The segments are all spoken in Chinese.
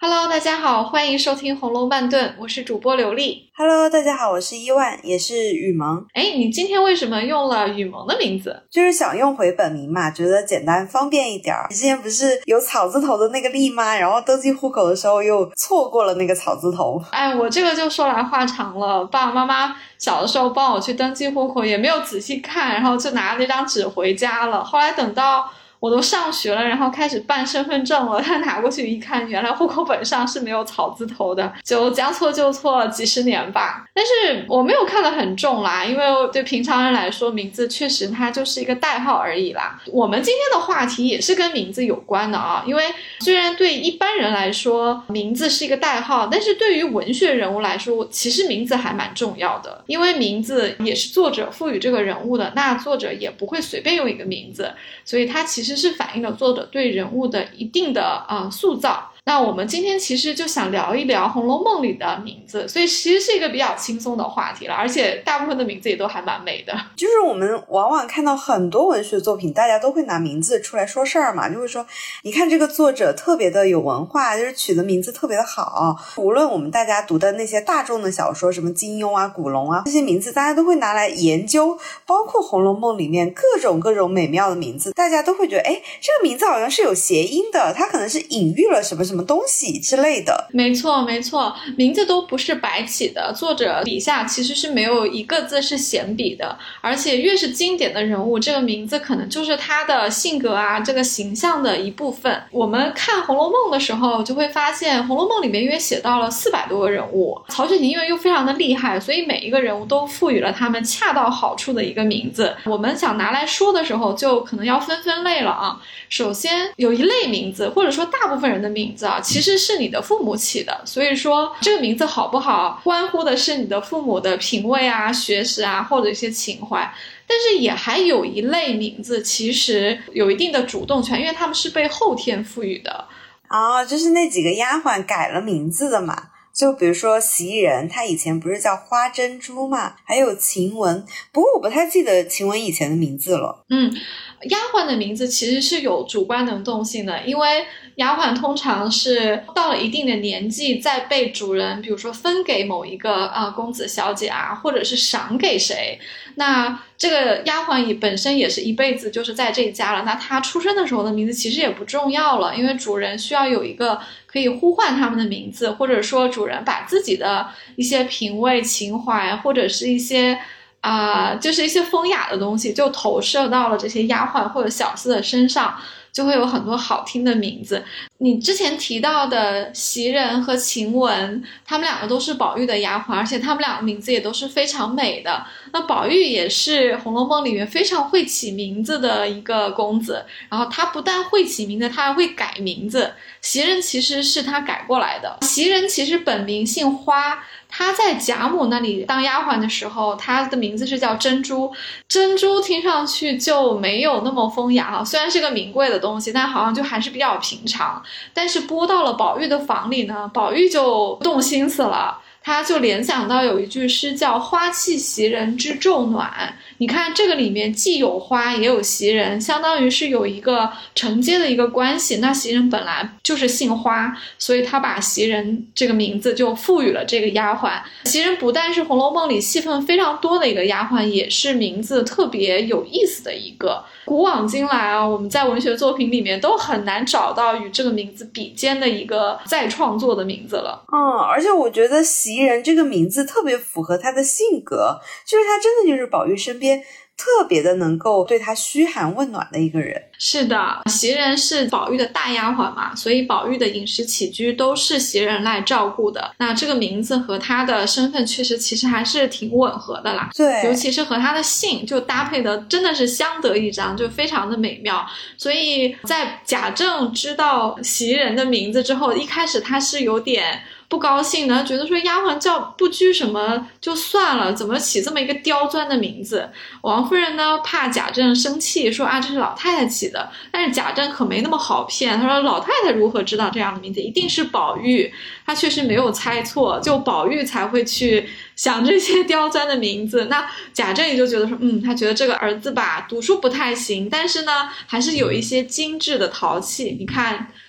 Hello， 大家好，欢迎收听《红楼慢炖》，我是主播刘丽。 Hello， 大家好，我是伊万，也是雨萌。 你今天为什么用了雨萌的名字？ 就是想用回本名嘛，觉得简单方便一点。之前不是有草字头的那个丽吗？然后登记户口的时候又错过了那个草字头。 我这个就说来话长了。爸爸妈妈小的时候帮我去登记户口，也没有仔细看，然后就拿那张纸回家了。后来等到我都上学了，然后开始办身份证了，他拿过去一看，原来户口本上是没有草字头的，就将错就错了几十年吧。但是我没有看得很重啦，因为对平常人来说，名字确实它就是一个代号而已啦。我们今天的话题也是跟名字有关的啊，因为虽然对一般人来说名字是一个代号，但是对于文学人物来说，其实名字还蛮重要的，因为名字也是作者赋予这个人物的，那作者也不会随便用一个名字，所以它其实是反映了作者对人物的一定的塑造。那我们今天其实就想聊一聊《红楼梦》里的名字，所以其实是一个比较轻松的话题了，而且大部分的名字也都还蛮美的。 就是我们往往看到很多文学作品，大家都会拿名字出来说事儿嘛，就会说你看这个作者特别的有文化，就是取的名字特别的好。无论我们大家读的那些大众的小说，什么金庸啊、古龙啊，这些名字大家都会拿来研究，包括《红楼梦》里面各种美妙的名字，大家都会觉得这个名字好像是有谐音的，它可能是隐喻了什么什么东西之类的。 没错，名字都不是白起的，作者笔下其实是没有一个字是闲笔的，而且越是经典的人物，这个名字可能就是他的性格啊，这个形象的一部分。我们看《红楼梦》的时候就会发现，《红楼梦》里面约写到了400多个人物，曹雪芹因为又非常的厉害，所以每一个人物都赋予了他们恰到好处的一个名字。我们想拿来说的时候，就可能要分类了啊。首先有一类名字，或者说大部分人的名字啊，其实是你的父母起的，所以说这个名字好不好，关乎的是你的父母的品味啊、学识啊，或者一些情怀。但是也还有一类名字其实有一定的主动权，因为他们是被后天赋予的。 就是那几个丫鬟改了名字的嘛。就比如说袭人，她以前不是叫花珍珠嘛，还有晴雯，不过我不太记得晴雯以前的名字了。 丫鬟的名字其实是有主观能动性的，因为丫鬟通常是到了一定的年纪再被主人比如说分给某一个公子小姐啊，或者是赏给谁，那这个丫鬟也本身也是一辈子就是在这一家了，那她出生的时候的名字其实也不重要了，因为主人需要有一个可以呼唤他们的名字，或者说主人把自己的一些品味情怀或者是一些就是一些风雅的东西就投射到了这些丫鬟或者小厮的身上，就会有很多好听的名字。你之前提到的袭人和晴雯，他们两个都是宝玉的丫鬟，而且他们两个名字也都是非常美的。那宝玉也是《红楼梦》里面非常会起名字的一个公子，然后他不但会起名字，他还会改名字。袭人其实是他改过来的，袭人其实本名姓花，她在贾母那里当丫鬟的时候，她的名字是叫珍珠。珍珠听上去就没有那么风雅，虽然是个名贵的东西，但好像就还是比较平常。但是播到了宝玉的房里呢，宝玉就动心思了，他就联想到有一句诗叫花气袭人之昼暖。你看这个里面既有花也有袭人，相当于是有一个承接的一个关系。那袭人本来就是姓花，所以他把袭人这个名字就赋予了这个丫鬟。袭人不但是《红楼梦》里戏份非常多的一个丫鬟，也是名字特别有意思的一个。古往今来啊，我们在文学作品里面都很难找到与这个名字比肩的一个再创作的名字了。 而且我觉得袭人这个名字特别符合她的性格，就是她真的就是宝玉身边特别的能够对他嘘寒问暖的一个人。 是的，袭人是宝玉的大丫鬟嘛，所以宝玉的饮食起居都是袭人来照顾的。那这个名字和他的身份确实其实还是挺吻合的啦。 对， 尤其是和他的姓就搭配的真的是相得益彰，就非常的美妙。所以在贾政知道袭人的名字之后，一开始他是有点不高兴的，觉得说丫鬟叫不拘什么就算了，怎么起这么一个刁钻的名字。王夫人呢怕贾政生气，说这是老太太起的，但是贾政可没那么好骗，他说老太太如何知道这样的名字，一定是宝玉。他确实没有猜错，就宝玉才会去想这些刁钻的名字。那贾政也就觉得说他觉得这个儿子吧读书不太行，但是呢还是有一些精致的淘气。你看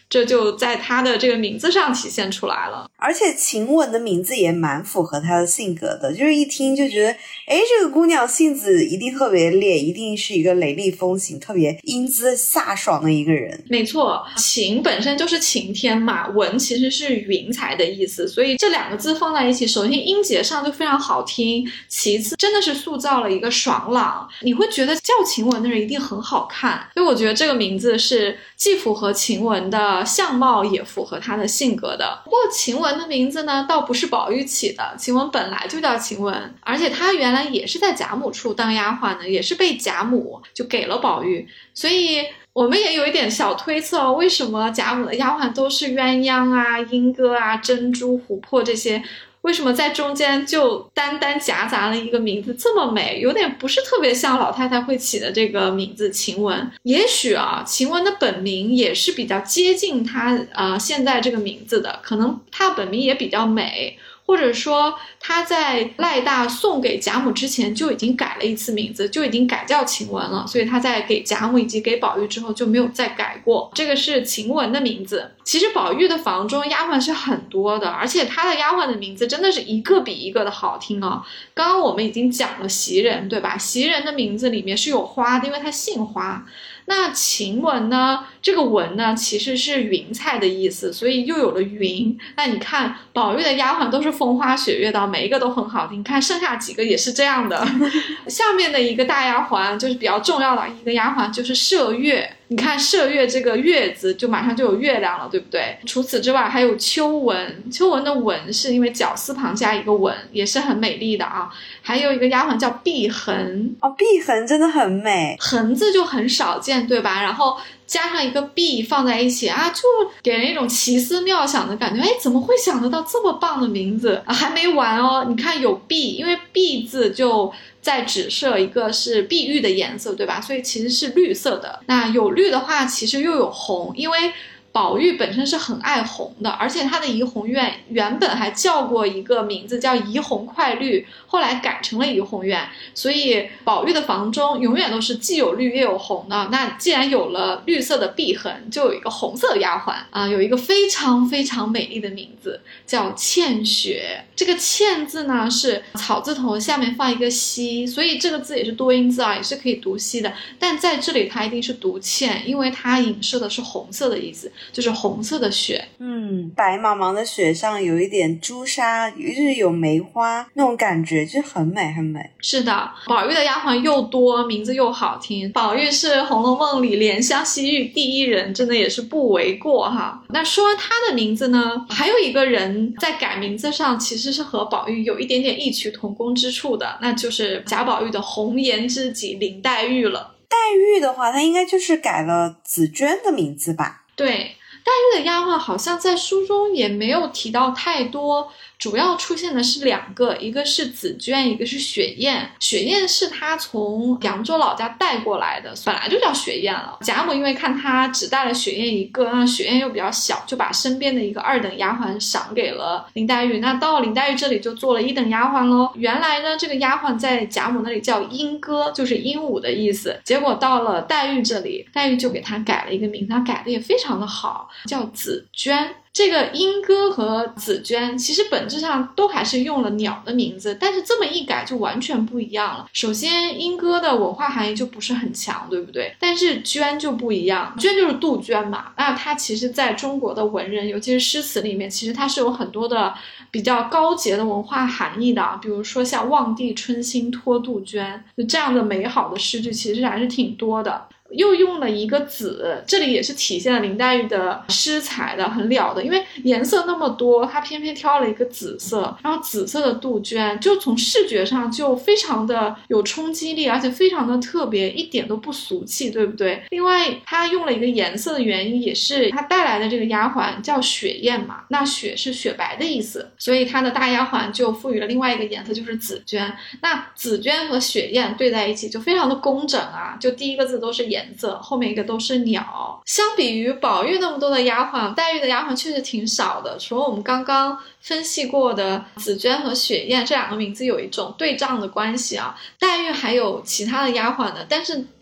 这就在她的这个名字上体现出来了。 而且晴雯的名字也蛮符合她的性格的，就是一听就觉得这个姑娘性子一定特别烈，一定是一个雷厉风行特别英姿飒爽的一个人。 没错，晴本身就是晴天嘛，雯其实是云彩的意思，所以这2个字放在一起，首先音节上就非常好听，其次真的是塑造了一个爽朗，你会觉得叫晴雯的人一定很好看。所以我觉得这个名字是既符合晴雯的相貌，也符合她的性格的。不过晴雯的名字呢，倒不是宝玉起的，晴雯本来就叫晴雯，而且她原来也是在贾母处当丫鬟的，也是被贾母就给了宝玉，所以我们也有一点小推测为什么贾母的丫鬟都是鸳鸯啊、莺歌啊、珍珠、琥珀这些，为什么在中间就单单夹杂了一个名字这么美，有点不是特别像老太太会起的这个名字晴雯。也许啊，晴雯的本名也是比较接近她现在这个名字的，可能她本名也比较美，或者说他在赖大送给贾母之前就已经改了一次名字，就已经改叫晴雯了，所以他在给贾母以及给宝玉之后就没有再改过，这个是晴雯的名字。其实宝玉的房中丫鬟是很多的，而且他的丫鬟的名字真的是一个比一个的好听啊。刚刚我们已经讲了袭人，对吧？袭人的名字里面是有花的，因为她姓花。那晴雯呢，这个雯呢其实是云彩的意思，所以又有了云。那你看宝玉的丫鬟都是风花雪月的，每一个都很好听，看剩下几个也是这样的。下面的一个大丫鬟就是比较重要的一个丫鬟就是麝月，你看麝月这个月字就马上就有月亮了，对不对？除此之外还有秋纹，秋纹的纹是因为绞丝旁加一个纹，也是很美丽的啊。还有一个丫鬟叫碧痕， 碧痕真的很美， 痕字就很少见，对吧？然后加上一个碧放在一起啊，就给人一种奇思妙想的感觉。怎么会想得到这么棒的名字啊？还没完哦，你看有碧，因为碧字就在指涉一个是碧玉的颜色，对吧？所以其实是绿色的。那有绿的话其实又有红，因为宝玉本身是很爱红的，而且他的怡红院原本还叫过一个名字叫怡红快绿，后来改成了怡红院，所以宝玉的房中永远都是既有绿又有红的。那既然有了绿色的碧痕，就有一个红色的丫鬟啊，有一个非常非常美丽的名字叫茜雪。这个茜字呢是草字头下面放一个西，所以这个字也是多音字啊，也是可以读西的，但在这里它一定是读茜，因为它影射的是红色的意思，就是红色的雪。 白茫茫的雪上有一点朱砂，就是有梅花那种感觉，就很美很美。 是的，宝玉的丫鬟又多，名字又好听，宝玉是《红楼梦》里怜香惜玉第一人，真的也是不为过哈。那说完他的名字呢，还有一个人在改名字上其实是和宝玉有一点点异曲同工之处的，那就是贾宝玉的红颜知己林黛玉了。 黛玉的话，她应该就是改了紫娟的名字吧？ 对，黛玉的丫鬟好像在书中也没有提到太多，主要出现的是2个，一个是紫娟，一个是雪雁。雪雁是她从扬州老家带过来的，本来就叫雪雁了。贾母因为看她只带了雪雁一个，那雪雁又比较小，就把身边的一个2等丫鬟赏给了林黛玉。那到林黛玉这里就做了1等丫鬟咯。原来呢，这个丫鬟在贾母那里叫莺歌，就是鹦鹉的意思。结果到了黛玉这里，黛玉就给她改了一个名字，她改的也非常的好，叫紫娟。这个莺歌和紫娟其实本质上都还是用了鸟的名字，但是这么一改就完全不一样了。首先莺歌的文化含义就不是很强，对不对？但是娟就不一样，娟就是杜鹃嘛，那它其实在中国的文人尤其是诗词里面，其实它是有很多的比较高洁的文化含义的，比如说像望帝春心托杜鹃，就这样的美好的诗句其实还是挺多的。又用了一个紫，这里也是体现了林黛玉的诗才的，很了的，因为颜色那么多，她偏偏挑了一个紫色，然后紫色的杜鹃就从视觉上就非常的有冲击力，而且非常的特别，一点都不俗气，对不对？另外她用了一个颜色的原因，也是她带来的这个丫鬟叫雪雁嘛，那雪是雪白的意思，所以她的大丫鬟就赋予了另外一个颜色，就是紫鹃。那紫鹃和雪雁对在一起就非常的工整啊，就第一个字都是颜色，后面一个都是鸟。相比于宝玉那么多的丫鬟，黛玉的丫鬟确实挺少的，除了我们刚刚分析过的紫鹃和雪雁这2个名字有一种对仗的关系啊，黛玉还有其他的丫鬟的，但是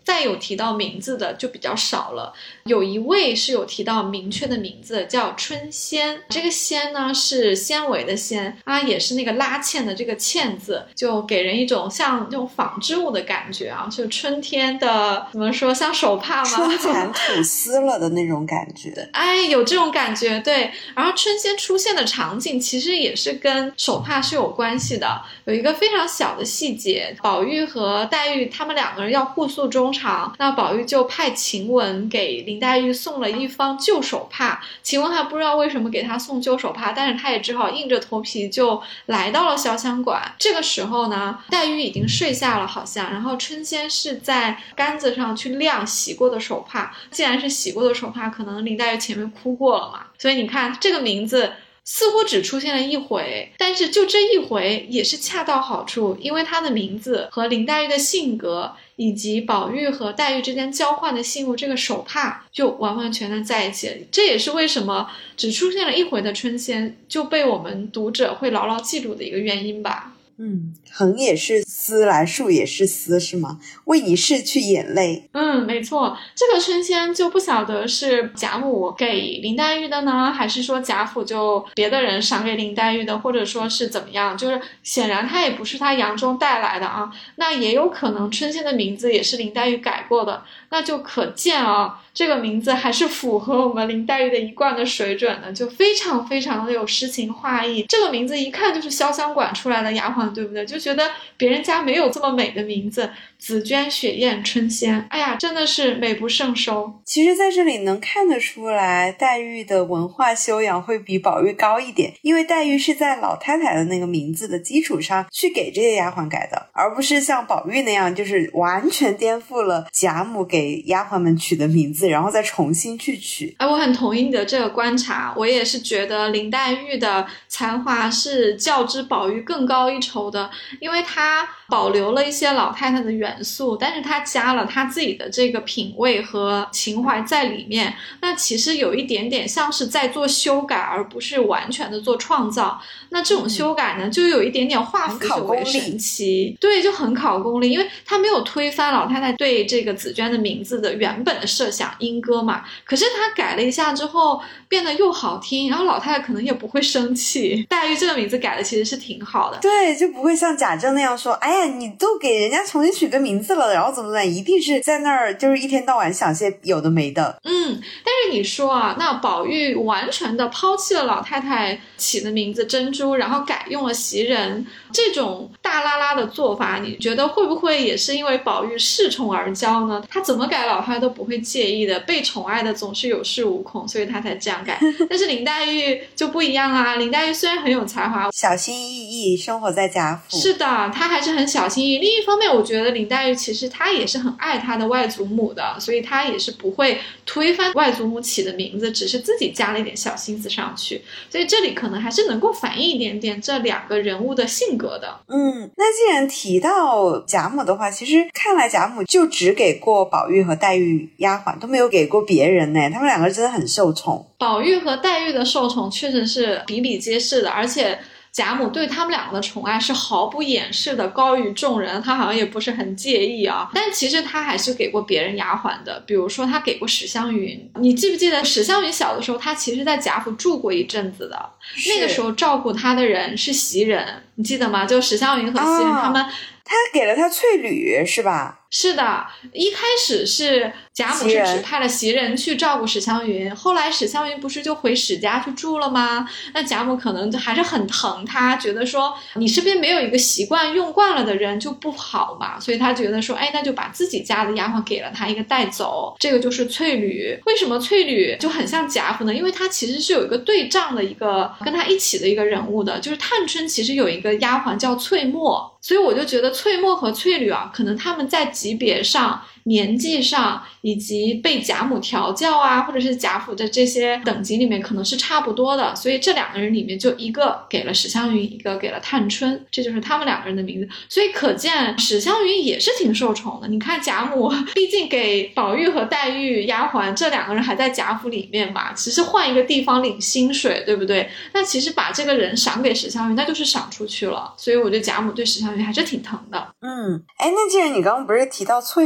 再有提到名字的就比较少了。有一位是有提到明确的名字，叫春仙。这个仙呢是纤维的纤啊，也是那个拉纤的这个纤字，就给人一种像这种纺织物的感觉啊，就春天的怎么说，像手帕吗？ 春蚕吐丝了的那种感觉。 哎，有这种感觉，对。然后春仙出现的场景其实也是跟手帕是有关系的。有一个非常小的细节，宝玉和黛玉他们两个人要互诉衷肠，那宝玉就派晴雯给林黛玉送了一方旧手帕。晴雯还不知道为什么给他送旧手帕，但是他也只好硬着头皮就来到了潇湘馆。这个时候呢，黛玉已经睡下了好像，然后春仙是在杆子上去晾洗过的手帕。既然是洗过的手帕，可能林黛玉前面哭过了嘛，所以你看这个名字似乎只出现了一回，但是就这一回也是恰到好处，因为他的名字和林黛玉的性格以及宝玉和黛玉之间交换的信物这个手帕就完完全全在一起了。这也是为什么只出现了一回的春仙就被我们读者会牢牢记住的一个原因吧。 横也是丝来，竖也是丝，是吗？为你拭去眼泪。 没错。这个春仙就不晓得是贾母给林黛玉的呢，还是说贾府就别的人赏给林黛玉的，或者说是怎么样，就是显然他也不是他杨中带来的啊。那也有可能春仙的名字也是林黛玉改过的，那就可见啊，这个名字还是符合我们林黛玉的一贯的水准的，就非常非常的有诗情画意。这个名字一看就是潇湘馆出来的丫鬟，对不对？就觉得别人家没有这么美的名字，紫鹃、雪雁、春仙，哎呀，真的是美不胜收。 其实在这里能看得出来，黛玉的文化修养会比宝玉高一点，因为黛玉是在老太太的那个名字的基础上去给这些丫鬟改的，而不是像宝玉那样就是完全颠覆了贾母给丫鬟们取的名字，然后再重新去取。 我很同意你的这个观察，我也是觉得林黛玉的才华是较之宝玉更高一筹的，因为她保留了一些老太太的元素，但是她加了她自己的这个品味和情怀在里面，那其实有一点点像是在做修改，而不是完全的做创造。那这种修改呢，就有一点点化腐朽为神奇，对，就很考功力，因为她没有推翻老太太对这个紫鹃的名字的原本的设想莺歌嘛，可是她改了一下之后变得又好听，然后老太太可能也不会生气。黛玉这个名字改的其实是挺好的， 对，就不会像贾政那样说，哎呀，你都给人家重新取个名字了，然后怎么怎么，一定是在那儿就是一天到晚想些有的没的。 但是你说啊，那宝玉完全的抛弃了老太太起的名字珍珠，然后改用了袭人，这种大拉拉的做法，你觉得会不会也是因为宝玉恃宠而骄呢？他怎么改老太太都不会介意的，被宠爱的总是有恃无恐，所以他才这样改。但是林黛玉就不一样啊，林黛玉虽然很有才华， 小心翼翼生活在贾府， 是的，她还是很小心翼翼。另一方面，我觉得林黛玉其实她也是很爱她的外祖母的，所以她也是不会推翻外祖母起的名字，只是自己加了一点小心思上去。所以这里可能还是能够反映一点点这两个人物的性格的。 那既然提到贾母的话，其实看来贾母就只给过宝玉和黛玉丫鬟，都没有给过别人呢。他们两个真的很受宠。 宝玉和黛玉的受宠确实是比比皆是的，而且贾母对他们两个的宠爱是毫不掩饰的，高于众人，他好像也不是很介意啊。但其实他还是给过别人丫鬟的，比如说他给过史湘云。你记不记得史湘云小的时候，他其实在贾府住过一阵子的，那个时候照顾他的人是袭人，你记得吗？就史湘云和袭人他们， 他给了他翠缕是吧？ 是的，一开始是贾母是指派了袭人去照顾史湘云，后来史湘云不是就回史家去住了吗？那贾母可能还是很疼他，觉得说你身边没有一个习惯用惯了的人就不好嘛，所以他觉得说，那就把自己家的丫鬟给了他一个带走，这个就是翠缕。为什么翠缕就很像贾府呢？因为他其实是有一个对仗的一个跟他一起的一个人物的，就是探春其实有一个丫鬟叫翠墨，所以我就觉得翠墨和翠缕啊，可能他们在级别上、年纪上以及被贾母调教啊，或者是贾府的这些等级里面可能是差不多的，所以这两个人里面就一个给了史湘云，一个给了探春，这就是他们两个人的名字。所以可见史湘云也是挺受宠的。你看贾母毕竟给宝玉和黛玉丫鬟这两个人还在贾府里面嘛，只是换一个地方领薪水，对不对？那其实把这个人赏给史湘云，那就是赏出去了。所以我觉得贾母对史湘云还是挺疼的。 那既然你刚刚不是提到翠墨嘛，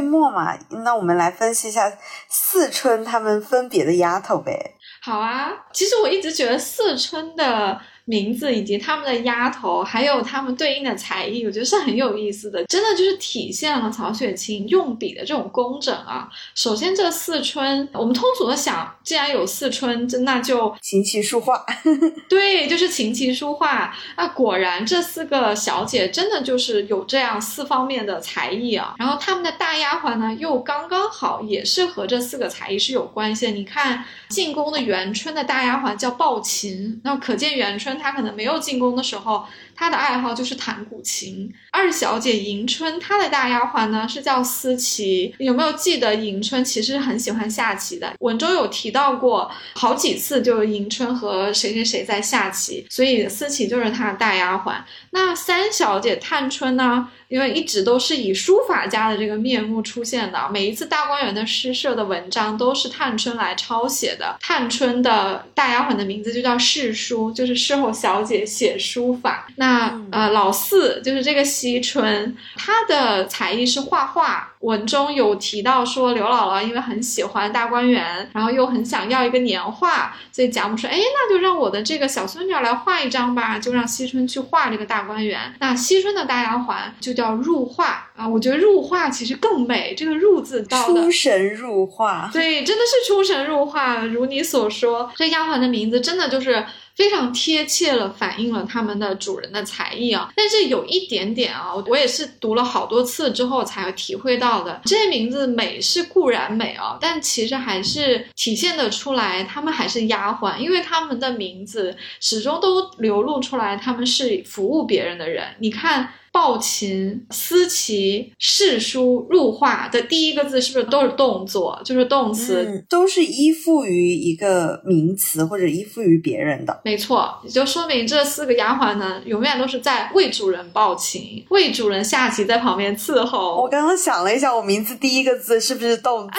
嘛，那我们来分析一下四春他们分别的丫头呗。 好啊，其实我一直觉得四春的名字以及他们的丫头还有他们对应的才艺，我觉得是很有意思的，真的就是体现了曹雪芹用笔的这种工整啊。首先这四春，我们通俗的想，既然有四春，那就琴棋书画对，就是琴棋书画。那果然这四个小姐真的就是有这样四方面的才艺啊。然后他们的大丫鬟呢，又刚刚好也是和这四个才艺是有关系的。你看进宫的元春的大丫鬟叫抱琴，那可见元春她可能没有进宫的时候，她的爱好就是弹古琴。二小姐迎春，她的大丫鬟呢是叫思琪。有没有记得迎春其实很喜欢下棋的？文中有提到过好几次，就是迎春和谁谁谁在下棋，所以思琪就是她的大丫鬟。那三小姐探春呢，因为一直都是以书法家的这个面目出现的，每一次大观园的诗社的文章都是探春来抄写的。探春的大丫鬟的名字就叫侍书，就是侍候小姐写书法。那老四就是这个惜春，她的才艺是画画。文中有提到说刘姥姥因为很喜欢大观园，然后又很想要一个年画，所以贾母说那就让我的这个小孙女来画一张吧，就让惜春去画这个大观园。那惜春的大丫鬟就叫入画啊，我觉得入画其实更美，这个入字到的出神入化。 对，真的是出神入化。如你所说，这丫鬟的名字真的就是非常贴切了反映了他们的主人的才艺啊。但是有一点点啊，我也是读了好多次之后才体会到的，这些名字美是固然美啊，但其实还是体现得出来他们还是丫鬟，因为他们的名字始终都流露出来他们是服务别人的人。你看抱琴、思琪、侍书、入画的第一个字是不是都是动作，就是动词， 都是依附于一个名词或者依附于别人的。 没错，也就说明这四个丫鬟呢，永远都是在为主人抱琴，为主人下棋，在旁边伺候。 我刚刚想了一下，我名字第一个字是不是动词？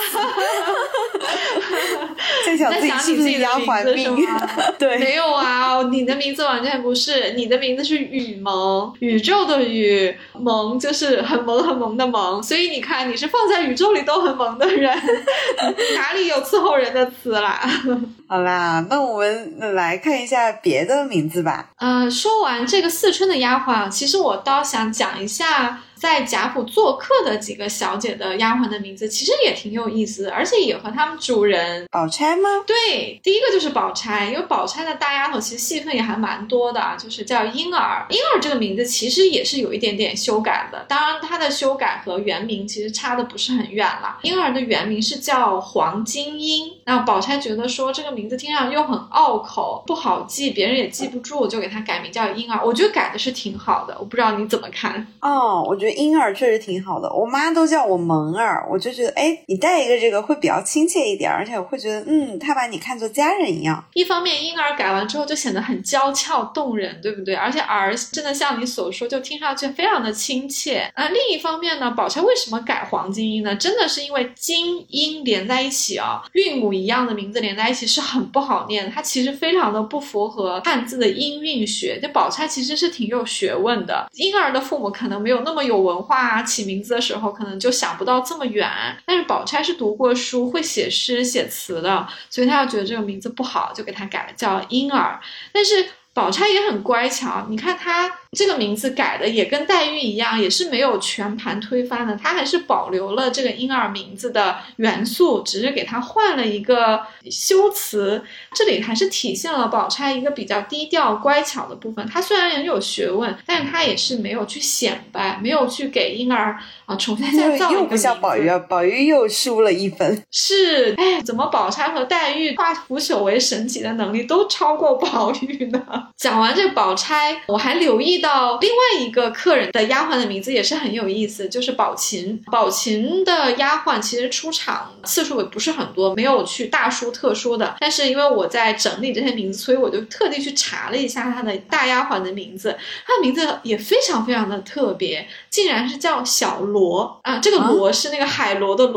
在想自己是不是丫鬟命？对， 没有啊，你的名字完全不是，你的名字是雨萌，宇宙的宇，萌就是很萌很萌的萌，所以你看你是放在宇宙里都很萌的人，哪里有伺候人的词啦？ 好啦，那我们来看一下别的名字吧。 说完这个四春的丫鬟，其实我倒想讲一下在贾府做客的几个小姐的丫鬟的名字，其实也挺有意思的，而且也和他们主人。 宝钗吗？ 对，第一个就是宝钗，因为宝钗的大丫头其实戏份也还蛮多的，就是叫莺儿。莺儿这个名字其实也是有一点点修改的，当然她的修改和原名其实差的不是很远啦。莺儿的原名是叫黄金英，那宝钗觉得说这个名字听上去又很拗口，不好记，别人也记不住，就给她改名叫莺儿。我觉得改的是挺好的，我不知道你怎么看。 我觉得莺儿确实挺好的，我妈都叫我萌儿，我就觉得你带一个这个会比较亲切一点，而且我会觉得她把你看作家人一样。 一方面莺儿改完之后就显得很娇俏动人，对不对？而且儿真的像你所说就听上去非常的亲切。另一方面呢，宝钗为什么改黄金英呢？真的是因为金英连在一起啊，韵母一样的名字连在一起是很不好念的，它其实非常的不符合汉字的音韵学。这宝钗其实是挺有学问的，莺儿的父母可能没有那么有文化啊，起名字的时候可能就想不到这么远，但是宝钗是读过书，会写诗写词的，所以她要觉得这个名字不好，就给她改了叫莺儿。但是宝钗也很乖巧，你看她这个名字改的也跟黛玉一样，也是没有全盘推翻的，她还是保留了这个莺儿名字的元素，只是给她换了一个修辞。这里还是体现了宝钗一个比较低调乖巧的部分，她虽然很有学问，但是她也是没有去显摆，没有去给莺儿重新再造一个名字。又不像宝玉，宝玉又输了一分。 是，怎么宝钗和黛玉化腐朽为神奇的能力都超过宝玉呢？讲完这个宝钗，我还留意到另外一个客人的丫鬟的名字也是很有意思，就是宝琴。宝琴的丫鬟其实出场次数也不是很多，没有去大书特书的，但是因为我在整理这些名字，所以我就特地去查了一下她的大丫鬟的名字，她的名字也非常非常的特别，竟然是叫小罗这个罗是那个海螺的螺。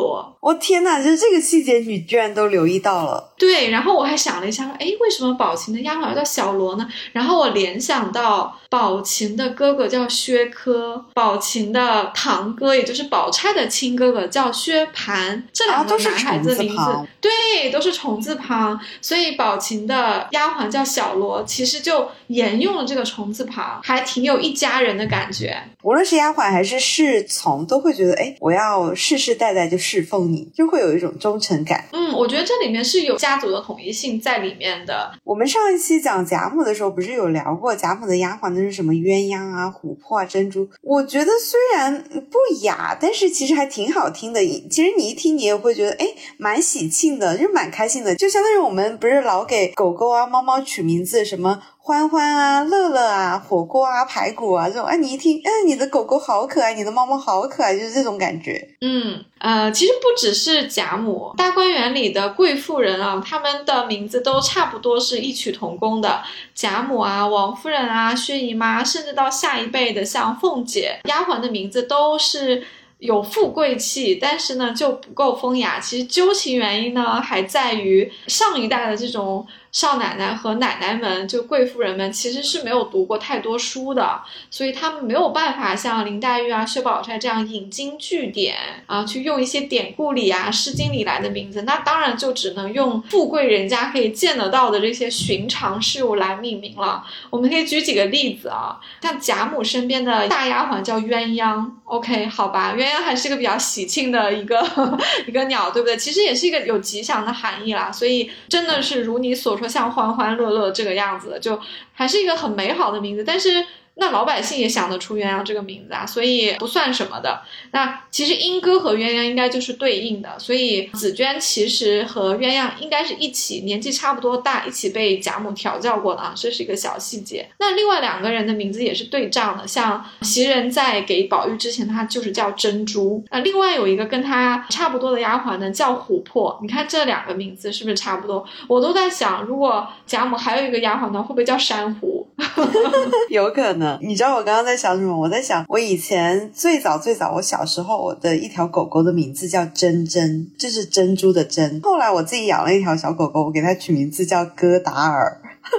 我天哪，就是这个细节你居然都留意到了。 对，然后我还想了一下说，诶，为什么宝琴的丫鬟要叫小罗呢？然后我联想到宝琴的哥哥叫薛科，宝琴的堂哥也就是宝钗的亲哥哥叫薛蟠，这两个男孩子名字，对，都是虫字旁，所以宝琴的丫鬟叫小罗，其实就沿用了这个虫字旁，还挺有一家人的感觉。 无论是丫鬟还是侍从，都会觉得我要世世代代就侍奉你，就会有一种忠诚感。 我觉得这里面是有家族的统一性在里面的。 我们上一期讲贾母的时候不是有聊过贾母的丫鬟都是什么鸳鸯啊、琥珀啊、珍珠，我觉得虽然不雅，但是其实还挺好听的。其实你一听你也会觉得蛮喜庆的，就蛮开心的。就相当于我们不是老给狗狗啊、猫猫取名字，什么欢欢啊、乐乐啊、火锅啊、排骨啊这种，你一听你的狗狗好可爱，你的猫猫好可爱，就是这种感觉。 其实不只是贾母，大观园里的贵妇人啊，他们的名字都差不多是异曲同工的。贾母啊、王夫人啊、薛姨妈，甚至到下一辈的像凤姐，丫鬟的名字都是有富贵气，但是呢就不够风雅。其实究其原因呢，还在于上一代的这种少奶奶和奶奶们，就贵妇人们其实是没有读过太多书的，所以他们没有办法像林黛玉啊、薛宝钗这样引经据典啊，去用一些典故里啊、诗经里来的名字，那当然就只能用富贵人家可以见得到的这些寻常事物来命名了。我们可以举几个例子啊，像贾母身边的大丫鬟叫鸳鸯 ，OK 好吧，鸳鸯还是一个比较喜庆的一个鸟，对不对？其实也是一个有吉祥的含义啦，所以真的是如你所说像欢欢乐乐这个样子的，就还是一个很美好的名字。但是那老百姓也想得出鸳鸯这个名字啊，所以不算什么的。那其实莺歌和鸳鸯应该就是对应的，所以紫娟其实和鸳鸯应该是一起年纪差不多大，一起被贾母调教过的啊，这是一个小细节。那另外两个人的名字也是对仗的，像袭人在给宝玉之前，她就是叫珍珠。另外有一个跟她差不多的丫鬟呢，叫琥珀。你看这两个名字是不是差不多？我都在想，如果贾母还有一个丫鬟呢，会不会叫珊瑚？ 有可能。你知道我刚刚在想什么？我在想我以前最早我小时候我的一条狗狗的名字叫珍珍，就是珍珠的珍。后来我自己养了一条小狗狗，我给它取名字叫戈达尔。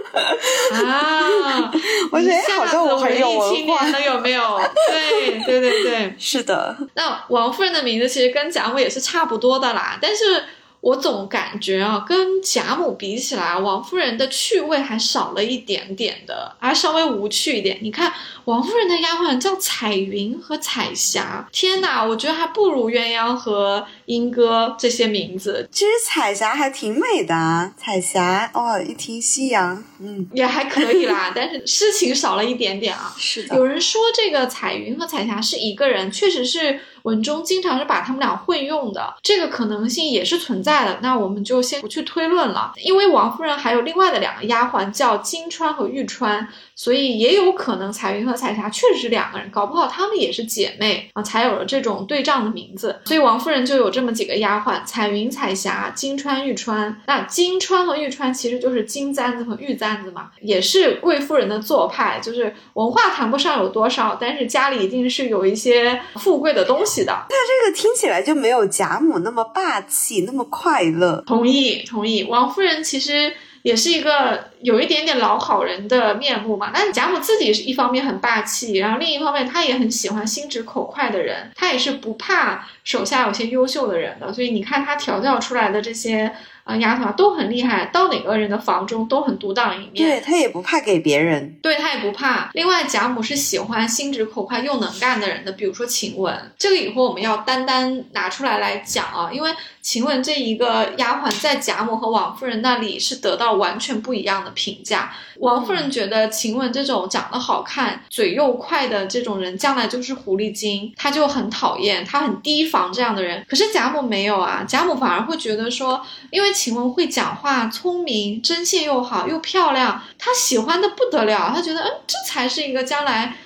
啊， 我觉得好像我很有文化了，有没有？对， 是的。 那王夫人的名字其实跟贾母也是差不多的啦，但是我总感觉啊，跟贾母比起来，王夫人的趣味还少了一点点的，还稍微无趣一点。你看王夫人的丫鬟叫彩云和彩霞，天哪，我觉得还不如鸳鸯和莺歌这些名字。 其实彩霞还挺美的啊，彩霞一听夕阳也还可以啦，但是诗情少了一点点啊。 是的， 有人说这个彩云和彩霞是一个人，确实是文中经常是把他们俩混用的，这个可能性也是存在的。那我们就先不去推论了，因为王夫人还有另外的两个丫鬟叫金钏和玉钏，所以也有可能彩云和彩霞确实是两个人，搞不好她们也是姐妹啊，才有了这种对仗的名字。所以王夫人就有这么几个丫鬟，彩云、彩霞、金钏、玉钏。那金钏和玉钏其实就是金簪子和玉簪子嘛，也是贵妇人的做派，就是文化谈不上有多少，但是家里一定是有一些富贵的东西的。 那这个听起来就没有贾母那么霸气，那么快乐。 同意。王夫人其实也是一个有一点点老好人的面目嘛。但是贾母自己是一方面很霸气，然后另一方面她也很喜欢心直口快的人，她也是不怕手下有些优秀的人的。所以你看她调教出来的这些丫头都很厉害，到哪个人的房中都很独当一面。 对，她也不怕给别人。 对，她也不怕。另外贾母是喜欢心直口快又能干的人的，比如说晴雯，这个以后我们要单单拿出来讲啊，因为晴雯这一个丫鬟在贾母和王夫人那里是得到完全不一样的评价。王夫人觉得晴雯这种长得好看嘴又快的这种人将来就是狐狸精，她就很讨厌，她很提防这样的人。可是贾母没有啊，贾母反而会觉得说，因为晴雯会讲话，聪明，针线又好又漂亮，她喜欢的不得了，她觉得这才是一个将来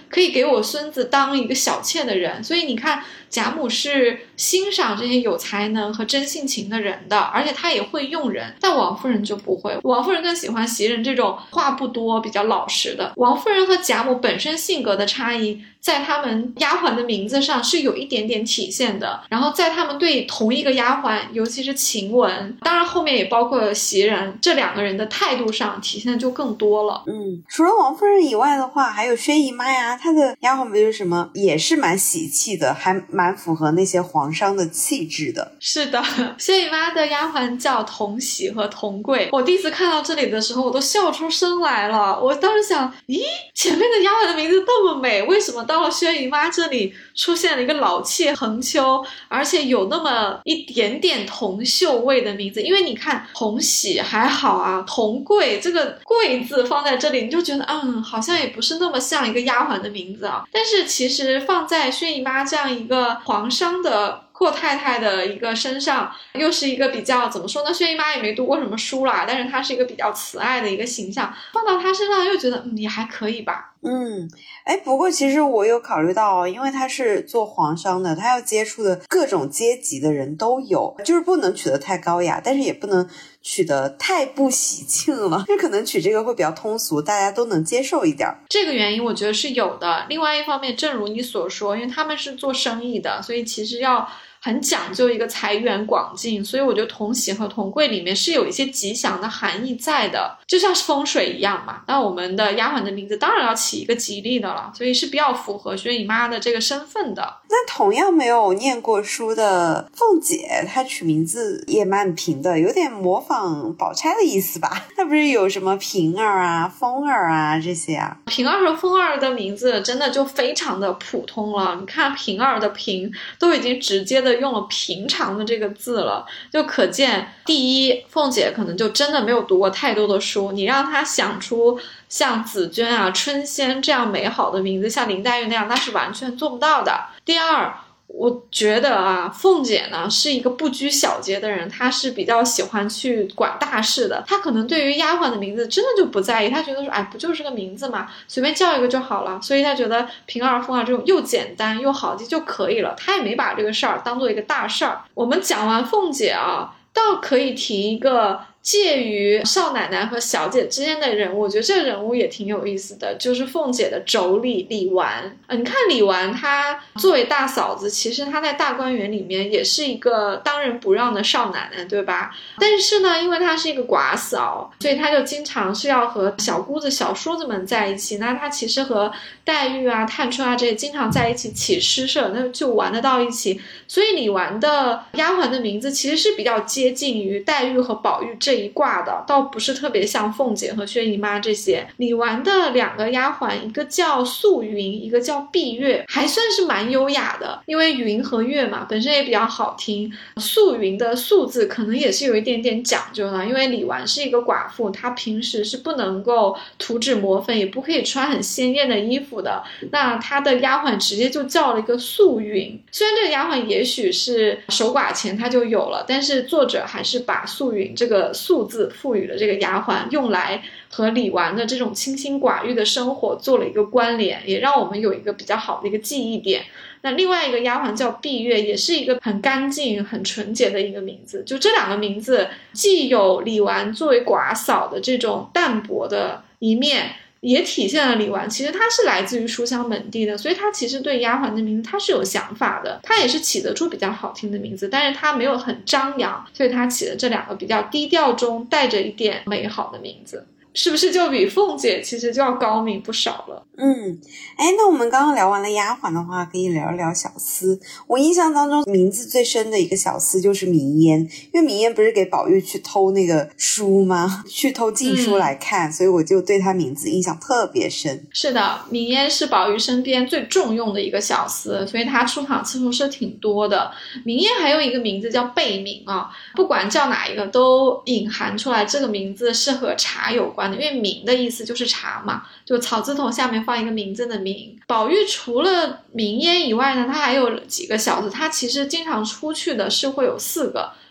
可以给我孙子当一个小妾的人。所以你看贾母是欣赏这些有才能和真性情的人的，而且她也会用人。但王夫人就不会，王夫人更喜欢袭人这种话不多比较老实的。王夫人和贾母本身性格的差异在他们丫鬟的名字上是有一点点体现的，然后在他们对同一个丫鬟，尤其是晴雯，当然后面也包括袭人，这两个人的态度上体现的就更多了。 除了王夫人以外的话，还有薛姨妈呀，她的丫鬟不就是什么也是蛮喜气的，还蛮符合那些皇商的气质的。 是的，薛姨妈的丫鬟叫同喜和同贵。我第一次看到这里的时候，我都笑出声来了。我当时想，咦，前面的丫鬟的名字那么美，为什么到了薛姨妈这里出现了一个老气横秋，而且有那么一点点铜臭味的名字？因为你看同喜还好啊，同贵这个贵字放在这里，你就觉得好像也不是那么像一个丫鬟的名字啊。但是其实放在薛姨妈这样一个皇商的阔太太的一个身上，又是一个比较怎么说呢，薛姨妈也没读过什么书啦，但是她是一个比较慈爱的一个形象，放到她身上又觉得也还可以吧。 不过其实我有考虑到因为他是做皇商的，他要接触的各种阶级的人都有，就是不能取得太高雅，但是也不能取得太不喜庆了，就可能取这个会比较通俗，大家都能接受一点。 这个原因我觉得是有的。另外一方面，正如你所说，因为他们是做生意的，所以其实要很讲究一个财源广进，所以我觉得同喜和同贵里面是有一些吉祥的含义在的，就像是风水一样嘛。那我们的丫鬟的名字当然要起一个吉利的了，所以是比较符合薛姨妈的这个身份的。 那同样没有念过书的凤姐，她取名字也蛮平的，有点模仿宝钗的意思吧？她不是有什么平儿啊、风儿啊这些啊？ 平儿和风儿的名字真的就非常的普通了。你看平儿的平都已经直接的用了平常的这个字了，就可见第一，凤姐可能就真的没有读过太多的书，你让她想出像紫鹃啊、春仙这样美好的名字，像林黛玉那样，那是完全做不到的。第二，我觉得凤姐呢是一个不拘小节的人，她是比较喜欢去管大事的。她可能对于丫鬟的名字真的就不在意，她觉得说不就是个名字嘛，随便叫一个就好了。所以她觉得平儿、凤儿这种又简单又好记就可以了，她也没把这个事儿当做一个大事儿。我们讲完凤姐倒可以提一个介于少奶奶和小姐之间的人物，我觉得这个人物也挺有意思的，就是凤姐的妯娌李纨。你看李纨她作为大嫂子，其实她在大观园里面也是一个当仁不让的少奶奶，对吧？但是呢，因为她是一个寡嫂，所以她就经常是要和小姑子小叔子们在一起。那她其实和黛玉啊、探春啊这些经常在一起起诗社，那就玩得到一起。所以李纨的丫鬟的名字其实是比较接近于黛玉和宝玉这一挂的，倒不是特别像凤姐和薛姨妈这些。李纨的两个丫鬟，一个叫素云，一个叫碧月，还算是蛮优雅的，因为云和月嘛本身也比较好听。素云的素字可能也是有一点点讲究的，因为李纨是一个寡妇，她平时是不能够涂脂抹粉，也不可以穿很鲜艳的衣服的，那她的丫鬟直接就叫了一个素云。虽然这个丫鬟也许是守寡前她就有了，但是作者还是把素云这个素字赋予了这个丫鬟，用来和李纨的这种清心寡欲的生活做了一个关联，也让我们有一个比较好的一个记忆点。那另外一个丫鬟叫碧月，也是一个很干净很纯洁的一个名字。就这两个名字既有李纨作为寡嫂的这种淡泊的一面，也体现了李纨其实她是来自于书香门第的，所以她其实对丫鬟的名字她是有想法的，她也是起得出比较好听的名字，但是她没有很张扬，所以她起了这两个比较低调中带着一点美好的名字。是不是就比凤姐其实就要高明不少了？ 那我们刚刚聊完了丫鬟的话，可以聊一聊小厮。我印象当中名字最深的一个小厮就是明烟，因为明烟不是给宝玉去偷那个书吗？去偷禁书来看，所以我就对他名字印象特别深。 是的，明烟是宝玉身边最重用的一个小厮，所以他出场次数是挺多的。明烟还有一个名字叫贝明不管叫哪一个都隐含出来这个名字是和茶有关的，因为明的意思就是茶嘛，就草字头下面放一个名字的名。宝玉除了明烟以外呢，他还有几个小厮，他其实经常出去的是会有4个。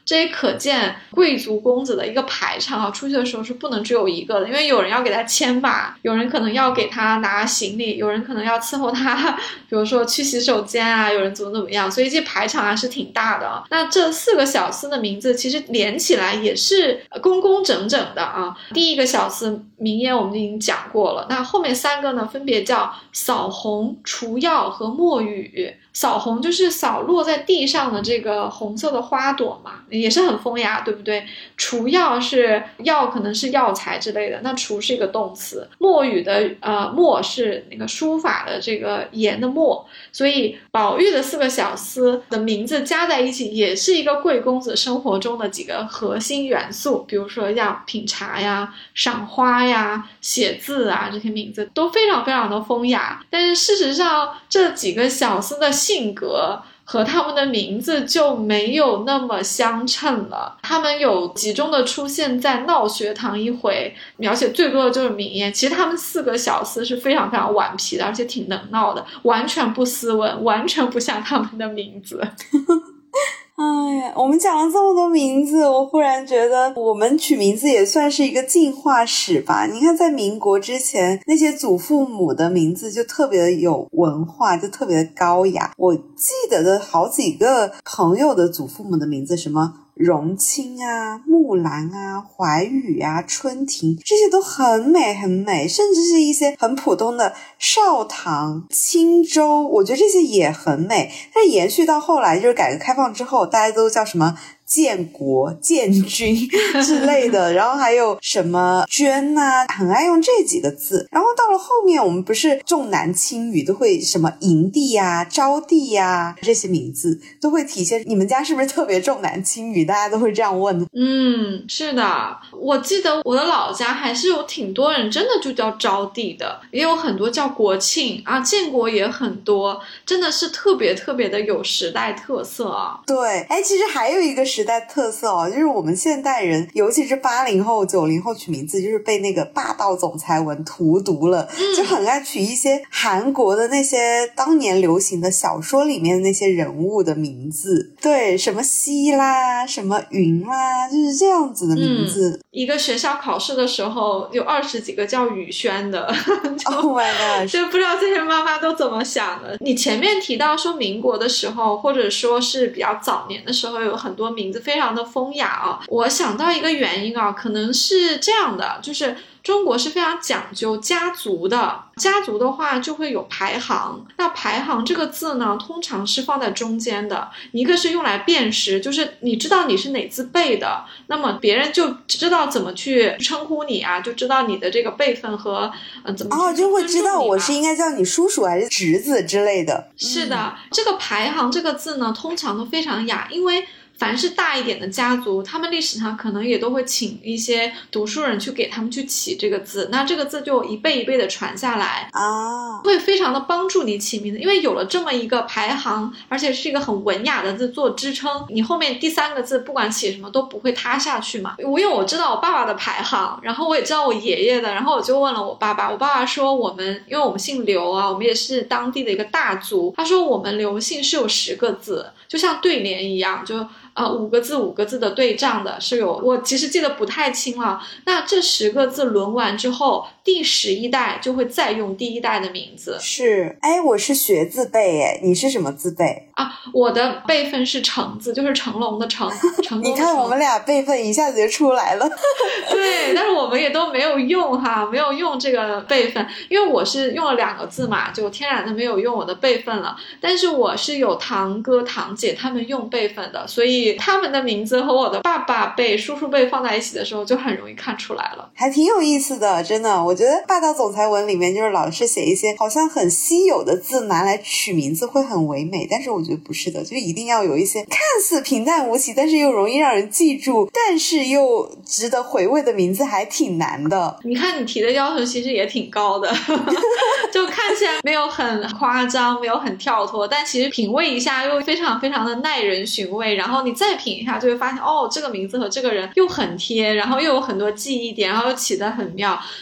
这也可见贵族公子的一个排场啊，出去的时候是不能只有一个的，因为有人要给他牵马，有人可能要给他拿行李，有人可能要伺候他，比如说去洗手间啊，有人怎么样，所以这排场还是挺大的。那这4个小司的名字其实连起来也是工工整整的啊。第一个小司名言我们已经讲过了，那后面3个呢，分别叫扫红、除药和墨雨。扫红就是扫落在地上的这个红色的花朵嘛，也是很风雅，对不对？除药是药，可能是药材之类的，那除是一个动词。墨雨的墨是那个书法的这个言的墨，所以宝玉的4个小司的名字加在一起，也是一个贵公子生活中的几个核心元素，比如说要品茶呀、赏花呀、写字啊，这些名字都非常非常的风雅。但是事实上，这几个小司的性格和他们的名字就没有那么相称了。他们有集中的出现在闹学堂一回，描写最多的就是名言。其实他们4个小司是非常非常顽皮的，而且挺能闹的，完全不斯文，完全不像他们的名字。 哎呀，我们讲了这么多名字，我忽然觉得我们取名字也算是一个进化史吧。你看在民国之前，那些祖父母的名字就特别的有文化，就特别的高雅。我记得的好几个朋友的祖父母的名字，什么荣清啊、木兰啊、怀宇啊、春婷，这些都很美很美，甚至是一些很普通的少棠、青州，我觉得这些也很美。但是延续到后来，就是改革开放之后，大家都叫什么建国、建军之类的，然后还有什么娟啊，很爱用这几个字。然后到了后面，我们不是重男轻女，都会什么营地啊、招娣啊，这些名字都会体现。你们家是不是特别重男轻女？大家都会这样问。 是的，我记得我的老家还是有挺多人真的就叫招娣的，也有很多叫国庆啊，建国也很多，真的是特别特别的有时代特色啊。 对，其实还有一个时代特色哦，就是我们现代人，尤其是80后、90后取名字，就是被那个霸道总裁文荼毒了，就很爱取一些韩国的那些当年流行的小说里面的那些人物的名字，对，什么熙啦、什么云啦，就是这样子的名字。 一个学校考试的时候，有20几个叫宇轩的 ，Oh my god， 就不知道这些妈妈都怎么想的。你前面提到说民国的时候，或者说是比较早年的时候，有很多名字非常的风雅啊。我想到一个原因啊，可能是这样的，就是中国是非常讲究家族的，家族的话就会有排行。那排行这个字呢，通常是放在中间的，一个是用来辨识，就是你知道你是哪字辈的，那么别人就知道怎么去称呼你啊，就知道你的这个辈分和怎么去就会知道我是应该叫你叔叔还是侄子之类的。 是的，这个排行这个字呢，通常都非常雅，因为凡是大一点的家族，他们历史上可能也都会请一些读书人去给他们去起这个字，那这个字就一辈一辈的传下来啊，会非常的帮助你起名字，因为有了这么一个排行，而且是一个很文雅的字做支撑，你后面第3个字不管起什么都不会塌下去嘛。因为我知道我爸爸的排行，然后我也知道我爷爷的，然后我就问了我爸爸，我爸爸说因为我们姓刘啊，我们也是当地的一个大族，他说我们刘姓是有10个字，就像对联一样，就5个字5个字的对仗的，是有，我其实记得不太清了。那这10个字轮完之后，第11代就会再用第1代的名字。 是，我是学字辈，你是什么字辈啊？我的辈分是成字，就是成龙的成，成功的成。 你看我们俩辈分一下子就出来了。 对，但是我们也都没有用没有用这个辈分，因为我是用了2个字嘛，就天然的没有用我的辈分了。但是我是有堂哥堂姐他们用辈分的，所以他们的名字和我的爸爸辈、叔叔辈放在一起的时候，就很容易看出来了， 还挺有意思的。真的，我觉得霸道总裁文里面就是老是写一些好像很稀有的字拿来取名字会很唯美，但是我觉得不是的，就一定要有一些看似平淡无奇，但是又容易让人记住，但是又值得回味的名字，还挺难的。 你看你提的要求其实也挺高的就看起来没有很夸张，没有很跳脱，但其实品味一下又非常非常的耐人寻味，然后你再品一下就会发现，这个名字和这个人又很贴，然后又有很多记忆点，然后又起得很妙。其实还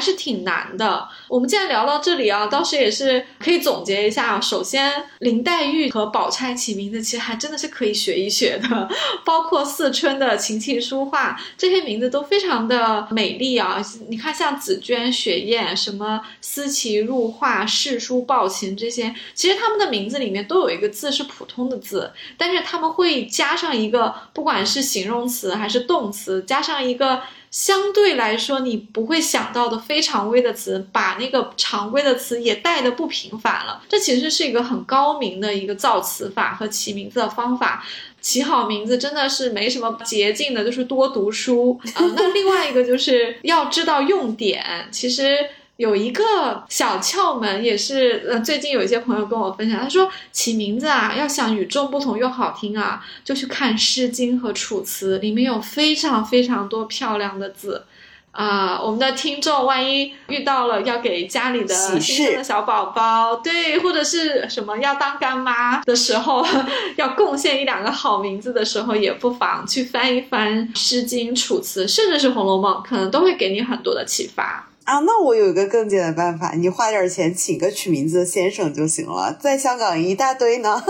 是挺难的。我们既然聊到这里啊，倒是也是可以总结一下。首先，林黛玉和宝钗起名字其实还真的是可以学一学的，包括四春的琴棋书画，这些名字都非常的美丽啊。你看像紫鹃、雪雁，什么思齐入画、世书抱琴，这些其实他们的名字里面都有一个字是普通的字，但是他们会加上一个，不管是形容词还是动词，加上一个相对来说你不会想到的非常规的词，把那个常规的词也带得不平凡了。这其实是一个很高明的一个造词法和起名字的方法。起好名字真的是没什么捷径的，就是多读书那另外一个就是要知道用典。其实有一个小窍门，也是最近有一些朋友跟我分享，他说起名字啊，要想与众不同又好听啊，就去看《诗经》和《楚辞》，里面有非常非常多漂亮的字我们的听众万一遇到了要给家里的新生的小宝宝，对，或者是什么要当干妈的时候，要贡献一两个好名字的时候，也不妨去翻一翻《诗经》《楚辞》，甚至是《红楼梦》，可能都会给你很多的启发。 那我有一个更简单的办法，你花点钱请个取名字的先生就行了，在香港一大堆呢。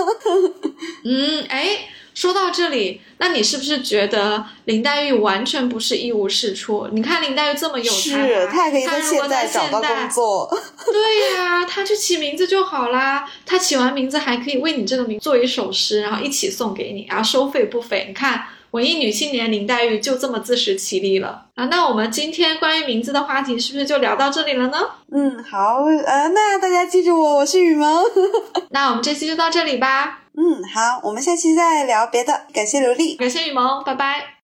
说到这里，那你是不是觉得林黛玉完全不是一无是处？你看林黛玉这么有才华， 是她还可以在现在找到工作。 对呀，她去起名字就好啦，她起完名字还可以为你这个名做一首诗，然后一起送给你，然后收费不菲。你看文艺女青年林黛玉就这么自食其力了那我们今天关于名字的话题是不是就聊到这里了呢？ 好，那大家记住我是雨萌。 那我们这期就到这里吧。 好，我们下期再聊别的。感谢刘丽， 感谢雨萌，拜拜。